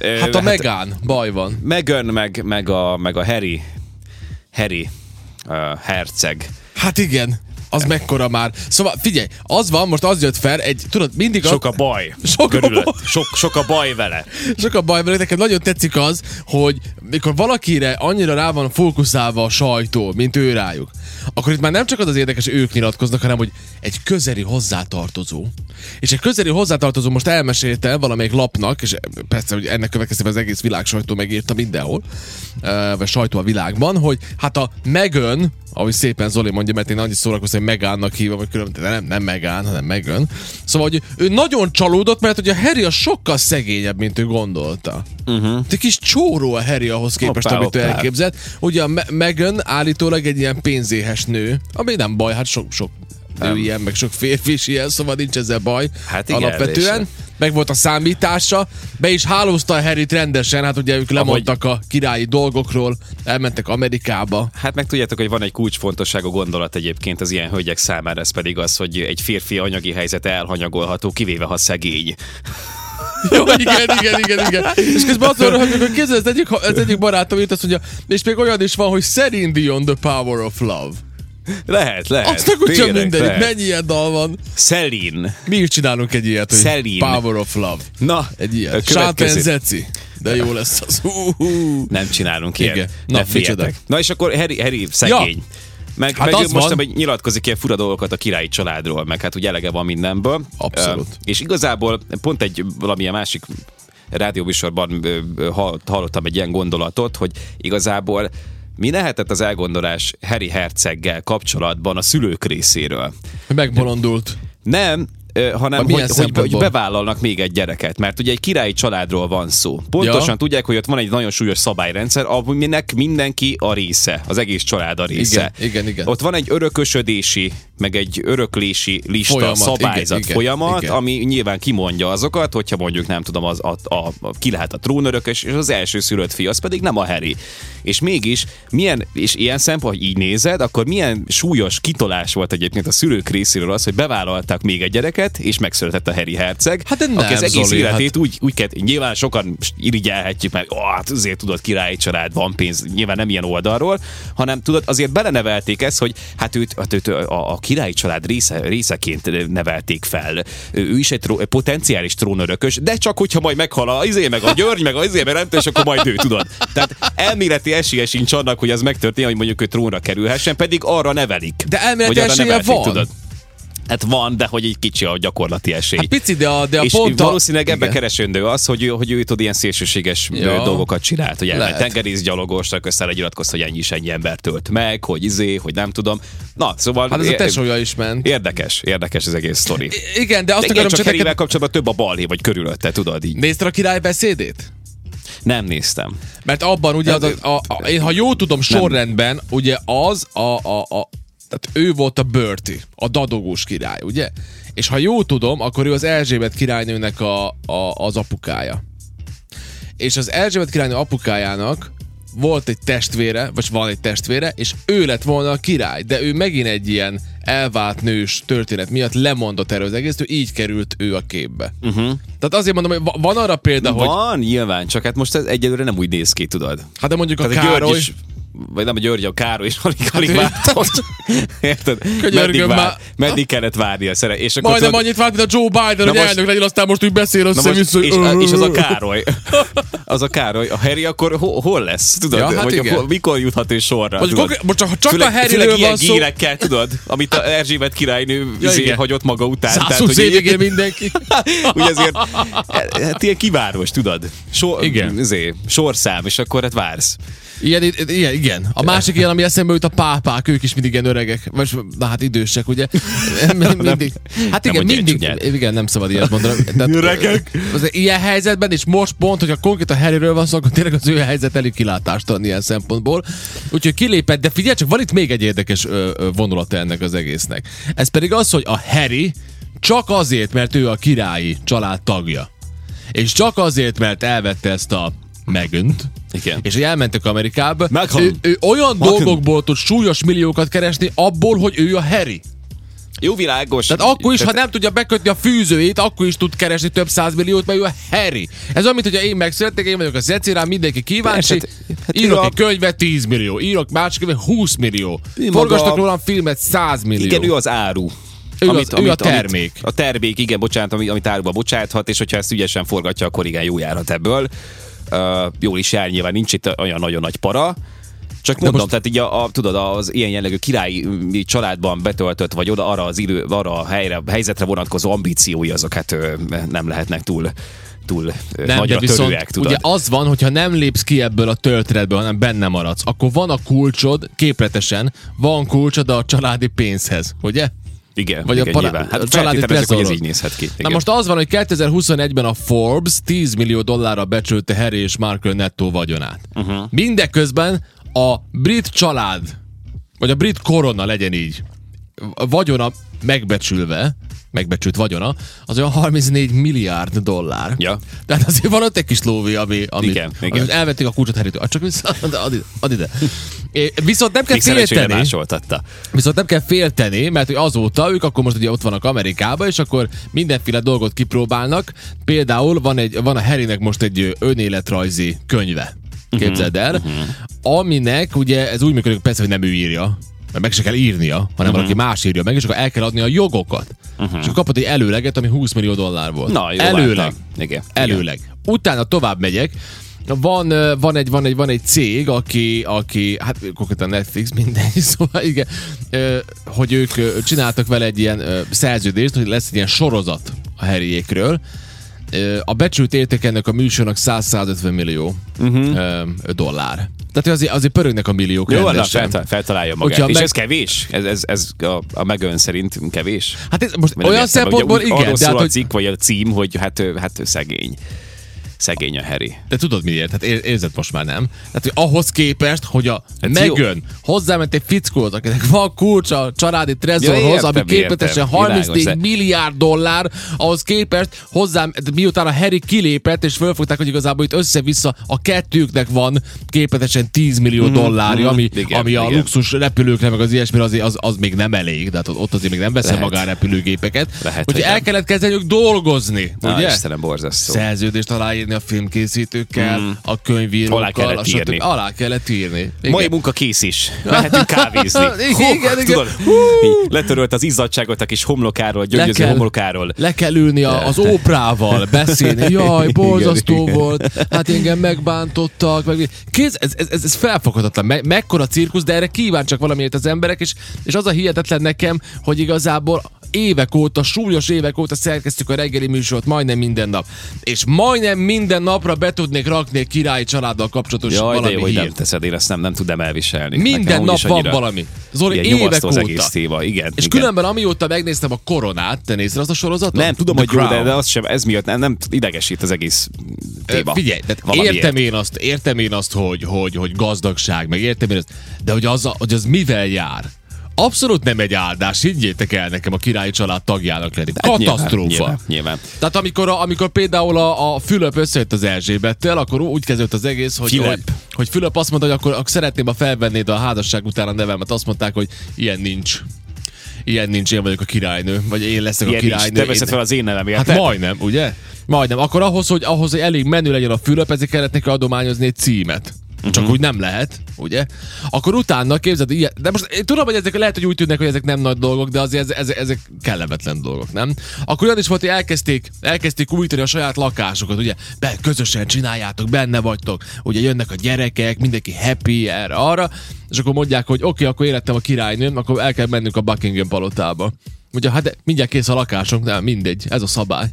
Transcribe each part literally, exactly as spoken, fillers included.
Hát a Meghan, baj van. Meghan, meg, meg, a, meg a Harry, Harry uh, herceg. Hát igen. Az mekkora már. Szóval figyelj, az van, most az jött fel, egy, tudod, mindig... Sok a baj. Sok a baj. Sok, sok a baj vele. Sok a baj vele. Nekem nagyon tetszik az, hogy mikor valakire annyira rá van fókuszálva a sajtó, mint ő rájuk, akkor itt már nem csak az az érdekes, hogy ők nyilatkoznak, hanem hogy egy közeli hozzátartozó. És egy közeli hozzátartozó most elmesélte valamelyik lapnak, és persze, hogy ennek következtében az egész világ sajtó megírta mindenhol, vagy sajtó a világban, hogy hát a Meghan, ahogy szépen Zoli mondja, mert én annyit szórakoztam, hogy Meghannak hívom, vagy különben, de nem, nem Meghan, hanem Meghan. Szóval, hogy ő nagyon csalódott, mert hogy a Harry a sokkal szegényebb, mint ő gondolta. Uh-huh. Egy kis csóró a Harry ahhoz képest, hoppá, amit hoppá. ő elképzelt. Ugye a Me- Meghan állítólag egy ilyen pénzéhes nő, ami nem baj, hát sok-sok nő ilyen, meg sok férfi is ilyen, szóval nincs ezzel baj. Hát igen, alapvetően. Meg volt a számítása, be is hálózta a Harryt rendesen, hát ugye ők lemondtak a királyi dolgokról, elmentek Amerikába. Hát meg tudjátok, hogy van egy kulcsfontosságú gondolat egyébként az ilyen hölgyek számára, ez pedig az, hogy egy férfi anyagi helyzet elhanyagolható, kivéve ha szegény. Jó, igen, igen, igen, igen. És közben azt mondom, hogy képzeld, az egyik, az egyik barátom írt azt mondja, és még olyan is van, hogy Celine Dion, The Power of Love. Lehet, lehet. Azt akkor sem Tényleg, mindegy, lehet. mennyi ilyen dal van. Celine. Mi is csinálunk egy ilyet, hogy Celine. Power of Love. Na, Egy ilyet. következő. Sáten Zeci. De jó lesz az. Uh-huh. Nem csinálunk ilyet. Igen. Na, Na, micsoda. figyeljetek. Na és akkor Harry, Harry szegény. Ja. Meg, Hát meg az ő most van. hogy nyilatkozik ilyen fura dolgokat a királyi családról, meg hát ugye elege van mindenből. Abszolút. Ö, és igazából pont egy valamilyen másik rádióműsorban ö, ö, hallottam egy ilyen gondolatot, hogy igazából mi lehetett az elgondolás Harry herceggel kapcsolatban a szülők részéről? Megbolondult. Nem, ö, hanem milyen hogy, hogy, hogy szempontból? bevállalnak még egy gyereket, mert ugye egy királyi családról van szó. Pontosan Ja. tudják, hogy ott van egy nagyon súlyos szabályrendszer, aminek mindenki a része, az egész család a része. Igen, igen, igen. Ott van egy örökösödési, meg egy öröklési lista, Folyamat, szabályzat, igen, folyamat, igen. ami nyilván kimondja azokat, hogyha mondjuk nem tudom, az, a, a, a, ki lehet a trónörökös, és az első szülött fiú, az pedig nem a Harry. És mégis, milyen, és ilyen szempont, hogy így nézed, akkor milyen súlyos kitolás volt egyébként a szülők részéről az, hogy bevállalták még egy gyereket, és megszületett a Harry herceg, Hát de nem, aki az egész Zoli, életét hát... úgy, úgy kell, nyilván sokan irigyelhetjük meg, ó, hát azért tudod, királyi család, van pénz, nyilván nem ilyen oldalról, hanem tudod, azért belenevelték ezt, hogy hát őt, hát őt a, a királyi család része, részeként nevelték fel. Ő is egy tró, potenciális trónörökös, de csak hogyha majd meghal a izé, meg a György, meg a izé, meg nem tudom, és akkor majd ő, tudod. Tehát elméleti esélye sincs annak, hogy az megtörténjen, hogy mondjuk ő trónra kerülhessen, pedig arra nevelik. De elméleti Hogy arra esélye nevelték, van. tudod. Hát van, de hogy egy kicsi a gyakorlati esély. Hát pici, de a, de a és pont a... valószínűleg ebbe Igen. keresendő az, hogy ő, hogy ő tud ilyen szélsőséges Ja. dolgokat csinált, hogy elment Lehet. tengerészgyalogos, aztán legyilatkozta, hogy ennyi is ennyi embert tölt meg, hogy izé, hogy nem tudom. Na, szóval... Hát ez a tesója is ment. Érdekes, érdekes az egész sztori. I- Igen, de azt De igen, akarom csak csak Harryvel neked... kapcsolatban több a balhé, vagy körülötte, tudod így. Nézted a király beszédét? Nem néztem. Mert abban ugye, az, a, a, a, én ha jól tudom, sorrendben, ugye az a, a, a tehát ő volt a Bertie, a dadogós király, ugye? És ha jól tudom, akkor ő az Erzsébet királynőnek a, a, az apukája. És az Erzsébet királynő apukájának volt egy testvére, vagy van egy testvére, és ő lett volna a király, de ő megint egy ilyen elvált nős történet miatt lemondott erről az egész, hogy így került ő a képbe. Uh-huh. Tehát azért mondom, hogy va- van arra példa, hogy... Van, nyilván, csak hát most ez egyelőre nem úgy néz ki, tudod. Hát de mondjuk a Tehát a György Károly... is, vagy nem a György, a Károly is alig, alig ő- váltott. Érted? Könyörgöm Meddig, már. vár, meddig kellett várni a szere. És akkor Majdnem tudod- annyit várt, mint a Joe Biden, hogy most- elnök legyen, aztán most úgy beszél Na össze-vissza. most, hogy- és, és az a Károly. Az a Károly. A Harry akkor hol, hol lesz? Tudod? Ja, hát Vagy igen. hol, mikor juthat ő sorra? Most, tudod? konkrét- most csak, csak Főleg, a Harryről főleg van ilyen szó. gírekkel, tudod? Amit a Erzsébet királynő Ja, izé igen. hagyott maga után. százhúsz hogy évig él mindenki. Ugye azért, hát ilyen kivárós, tudod? Sor, Igen. Izé, sorszám, és akkor hát vársz. Ilyen, ilyen, igen. A másik ilyen, ami eszembe jut, a pápák, ők is mindig ilyen öregek. Vagy, na hát idősek, ugye? Mindig. Hát igen, mondja, mindig. csúnyát. Igen, nem szabad ilyet mondani. Tehát, Öregek. az ilyen helyzetben, és most pont, hogyha konkrétan Harryről van szó, akkor tényleg az ő helyzet elég kilátástalan ilyen szempontból. Úgyhogy kilépett, de figyelj csak, van itt még egy érdekes ö, ö, vonulata ennek az egésznek. Ez pedig az, hogy a Harry csak azért, mert ő a királyi család tagja. És csak azért, mert elvette ezt a Meghan-t, Igen. és hogy elmentek Amerikába, Meghan. ő, ő olyan Meghan. dolgokból tud súlyos milliókat keresni abból, hogy ő a Harry. Jó, világos. Tehát akkor is, ha nem tudja bekötni a fűzőjét, akkor is tud keresni több százmilliót, mert ő a Harry. Ez olyan, mint hogyha én megszülettek, én vagyok a Zeci, rám mindenki kíváncsi. Persze, hát írok ő a- egy könyvet tíz millió, írok másik könyvet húsz millió. Ő Forgassak maga- rólam filmet száz millió. Igen, ő az áru. Ő az- ő a termék. Amit, a termék, igen, bocsánat, amit, amit áruba bocsáthat, és hogyha ezt ügyesen forgatja, akkor igen, jó járhat ebből. Uh, jól is jár, nyilván nincs itt olyan nagyon nagy para. Csak mondom, most... tehát így a, a, tudod, az ilyen jellegű királyi családban betöltött, vagy oda arra az idő, arra a helyre, helyzetre vonatkozó ambíciói, azok hát ö, nem lehetnek túl túl nem, nagyra de viszont törőek, tudod. ugye az van, hogyha nem lépsz ki ebből a történetből, hanem benne maradsz, akkor van a kulcsod, képletesen, van kulcsod a családi pénzhez, ugye? Igen, Vagy igen, a, para- nyilván. Hát a családi feltételezek, hogy ez trezorod. így nézhet ki. Na Igen. most az van, hogy kétezer-huszonegyben a Forbes tíz millió dollárra becsülte Harry és Markle nettó vagyonát. Uh-huh. Mindeközben a brit család, vagy a brit korona legyen így, a vagyona megbecsülve, megbecsült vagyona, az olyan harmincnégy milliárd dollár. Ja. Tehát azért van ott egy kis lóvé, ami, ami, Igen, ami igen. elvették a kulcsot Harrytől. Csak vissza, add ide. Add ide. É, Viszont nem kell Még szerencsére félteni. másoltatta. Viszont nem kell félteni, mert hogy azóta ők akkor most ugye ott vannak Amerikában, és akkor mindenféle dolgot kipróbálnak. Például van, egy, van a Harrynek most egy önéletrajzi könyve. Képzeld el. Uh-huh. Aminek ugye ez úgy működik, persze, hogy nem ő írja, mert meg se kell írnia, hanem uh-huh. valaki más írja meg, és akkor el kell adni a jogokat. Uh-huh. És akkor kapod egy előleget, ami húsz millió dollár volt. Na, jó, előleg. láttam. Igen. Előleg. Utána tovább megyek. Van, ö, van, egy, van, egy, van egy cég, aki, aki hát konkrétan Netflix, mindegy, szóval igen, ö, hogy ők ö, csináltak vele egy ilyen ö, szerződést, hogy lesz egy ilyen sorozat a Harryékről. Ö, A becsült érték ennek a műsornak száz-százötven millió uh-huh. ö, dollár. Tehát azért, azért pörögnek a milliók Jó, na, rendesen. feltal- feltalálja magát. Hogyha És meg- ez kevés? Ez, ez, ez a, a megön szerint kevés? Hát ez most Mert olyan nem értem, szempontból ugye úgy igen, arról de hát, szól a hogy, cikk, vagy a cím, hogy hát, ő- hát ő szegény. Szegény a Harry. de tudod miért? Hát ér- érzed most már nem. Tehát hogy ahhoz képest, hogy a Hát Meghan hozzáment egy fickót, akinek van kulcs a családi Ja, trezorhoz, értem, ami képletesen értem. harmincnégy Világos, de- milliárd dollár, ahhoz képest hozzám, miután a Harry kilépett, és fölfogták, hogy igazából itt össze-vissza a kettőknek van képletesen tíz millió dollárja, ami, igen, ami a igen. luxus repülőkre, meg az ilyesmire azért az, az még nem elég, de hát ott azért még nem veszel Lehet. magánrepülőgépeket. Lehet, Úgyhogy hogy el nem. kellett kezdeniük dolgozni, Na, ugye? Istenem, borzasztó. Szerződést aláírni a filmkészítőkkel, mm. a könyvírókkal. Alá kellett a stb. írni. Alá kellett írni. Igen. Mai munka kész is. Mehetünk kávézni. Igen, igen, igen. Tudod, így letörölt az izzadságot a kis homlokáról, gyöngyöző kell- homlokáról. Le kell ülni a, az óprával, beszélni. Jaj, borzasztó igen. volt. Hát engem megbántottak. Meg... Kéz, ez, ez, ez, ez felfoghatatlan. Me, mekkora cirkusz, de erre kíváncsiak valamiért az emberek, és, és az a hihetetlen nekem, hogy igazából évek óta, súlyos évek óta szerkesztjük a reggeli műsort majdnem minden nap. És majdnem minden napra be tudnék rakni egy királyi családdal kapcsolatos Jaj, de valami jó, hogy nem hírt. teszed, én ezt nem, nem tudnám elviselni. Minden Nekem nap úgyis van annyira valami. Zoli, ilyen évek nyomasztó az óta. egész téma. Igen, És igen. különben amióta megnéztem a Koronát, te nézted azt a sorozatot? Nem, tudom, The hogy jó, de, Crown. de az sem, ez miatt nem, nem idegesít az egész téma. Ö, Figyelj, tehát Valamiért. értem én azt, értem én azt, hogy, hogy, hogy gazdagság, meg értem én azt, de hogy az, a, hogy az mivel jár? Abszolút nem egy áldás, higgyétek el nekem a királyi család tagjának lenni. Hát Katasztrófa. Nyilván, nyilván, nyilván. Tehát amikor, a, amikor például a, a Fülöp összejött az Erzsébettel, akkor úgy kezdődött az egész, hogy, Fülöp. hogy, hogy Fülöp azt mondta, hogy akkor, akkor szeretném, ha felvennéd a házasság után a nevemet. Azt mondták, hogy ilyen nincs. Ilyen nincs, én vagyok a királynő, vagy én leszek Ilyen a nincs, királynő. te veszed fel az én nevem, Hát érted? majdnem, ugye? Majdnem. Akkor ahhoz, hogy, ahhoz, hogy elég menő legyen a Fülöp, ezért kellett neki adományozni egy címet. Csak Mhm. úgy nem lehet, ugye? Akkor utána képzeld, ilyen, de most én tudom, hogy ezek lehet, hogy úgy tűnnek, hogy ezek nem nagy dolgok, de azért ezek, ezek, ezek kellemetlen dolgok, nem? Akkor olyan is volt, hogy elkezdték, elkezdték újítani a saját lakásokat, ugye? Be, közösen csináljátok, benne vagytok, ugye jönnek a gyerekek, mindenki happy erre, arra, és akkor mondják, hogy oké, okay, akkor élettem a királynőm, akkor el kell mennünk a Buckingham palotába. Ugye, hát de mindjárt kész a lakásunk, nem, mindegy, ez a szabály.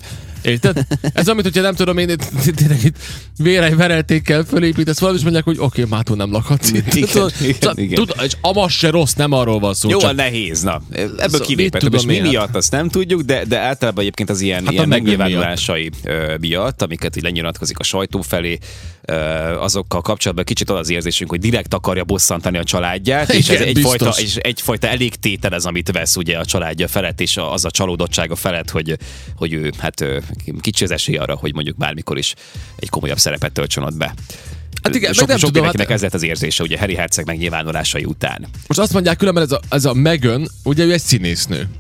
Érted? Ez amit, hogyha nem tudom én, itt, tényleg itt vérej vereltékkel fölépítesz valamit, és mondják, hogy oké, okay, mától nem lakhatsz itt. Igen, Tudod, igen, tudod, igen. tudod, és amaz se rossz, nem arról van szó. Jó, csak nehéz, na. Ebből Szóval kilépett. mit És tudom mi én, miatt azt nem tudjuk, de, de általában egyébként az ilyen, Hát a ilyen Meghan megnyilvánulásai ö, miatt, amiket így lenyilatkozik a sajtó felé, ö, azokkal kapcsolatban kicsit az az érzésünk, hogy direkt akarja bosszantani a családját, és Igen, ez egyfajta, biztos. és egyfajta elégtétel ez, amit vesz ugye a családja felett, és az a csalódottsága felett, hogy, hogy ő hát ö, kicsi az esély arra, hogy mondjuk bármikor is egy komolyabb szerepet töltsön ott be. Hát igen, meg sok, nem sok tudom, mindenkinek hát- ez lett az érzése, ugye Harry herceg megnyilvánulásai után. Most azt mondják különben, ez a, ez a Meghan, ugye ő egy színésznő.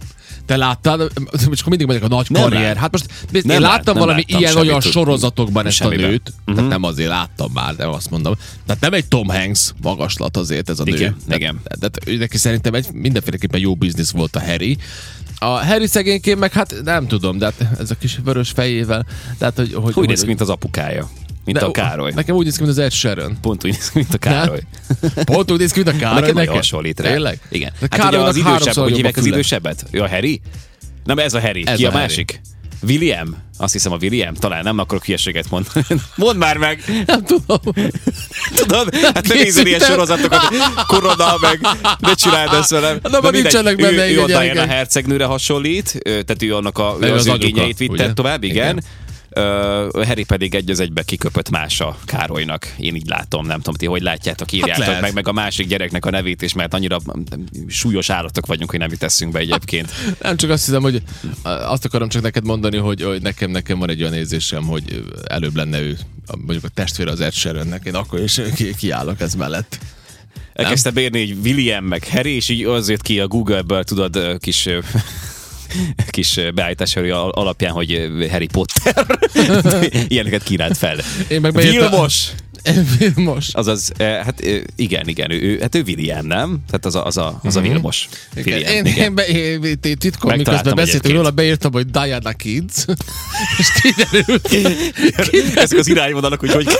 Te láttad, most akkor mindig megyek a nagy Nem karrier. lát. Hát most nézd, Nem én lát- láttam nem valami láttam ilyen-olyan semmit. sorozatokban ezt a Semmiben. nőt. Tehát nem azért láttam már, de azt mondom. Tehát nem egy Tom Hanks magaslat azért ez a nő. Igen, Tehát- igen. Tehát ő neki szerintem egy mindenféleképpen jó biznisz volt a Harry. A Harry szegényként meg hát nem tudom, de hát ez a kis vörös fejével. Tehát, hogy, hogy, Úgy néz ki, mint az apukája. Mint de- a Károly. Nekem úgy néz ki, mint az Ed Sheeran. Pont úgy néz ki, mint a Károly. Pont úgy néz ki, mint a Károly. Nekem neked? hasonlít rá. Tényleg? Igen. De Hát ugye az Károlynak idősebb, háromszor hogy jobb hívják a az füle. idősebbet? Ő a Harry? Nem, ez a Harry. Ez Ki a, a Harry. másik? William? Azt hiszem a William. Talán nem akarok hülyeséget mondani. Mondd már meg! Nem tudom. Tudod? Hát ne nézel ilyen sorozatokat, korona, meg ne csináld ezt velem. Na, ma nincsenek benne ő, ő ilyen a Diana gyerekek. hercegnőre hasonlít, ő- tehát ő annak a, Ő ő az az ő anyuka, igényeit vitte ugye? tovább, igen. Igen. Uh, Harry pedig egy az egybe kiköpött más a Károlynak. Én így látom, nem tudom, ti hogy látjátok, írjátok lehet. meg, meg a másik gyereknek a nevét is, mert annyira súlyos állatok vagyunk, hogy nem jut eszünkbe egyébként. Nem csak azt hiszem, hogy azt akarom csak neked mondani, hogy, hogy nekem, nekem van egy olyan érzésem, hogy előbb lenne ő, mondjuk a testvére az Ed Sheerannek, én akkor is ki, kiállok ez mellett. Elkezdte bérni, hogy William meg Harry, és így az jött ki a Google-ből, tudod, ö, kis ö, kis beállítás alapján, hogy Harry Potter. Ilyeneket kínált fel. Én meg beírtam- Vilmos! Vilmos. Azaz, eh, hát eh, igen, igen, ő, ő, hát ő William, nem? Tehát az a, az a, az a Vilmos. Igen. William, Én, igen. én, be, én, én titkon, miközben Megtaláltam beszéltünk egyébként. róla, beírtam, hogy Diana Kids, és kiderült, Ezek az irányvonalak, hogy hogy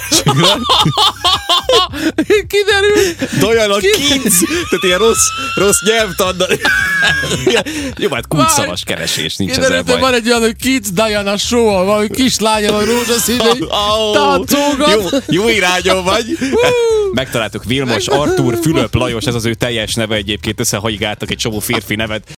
kiderült, Diana Ki- Kids! Tehát ilyen rossz, rossz nyelvtannal. Jó, hát kulcsszavas keresés, nincs ezzel kiderült, hogy baj. van egy olyan, hogy Kids Diana show, valami kislánya van rózsaszínű, Ó, táncolgat. Jó, jó irányon vagy. Megtaláltuk Vilmos, Artur, Fülöp, Lajos, ez az ő teljes neve egyébként, összehajigáltak egy csomó férfi nevet.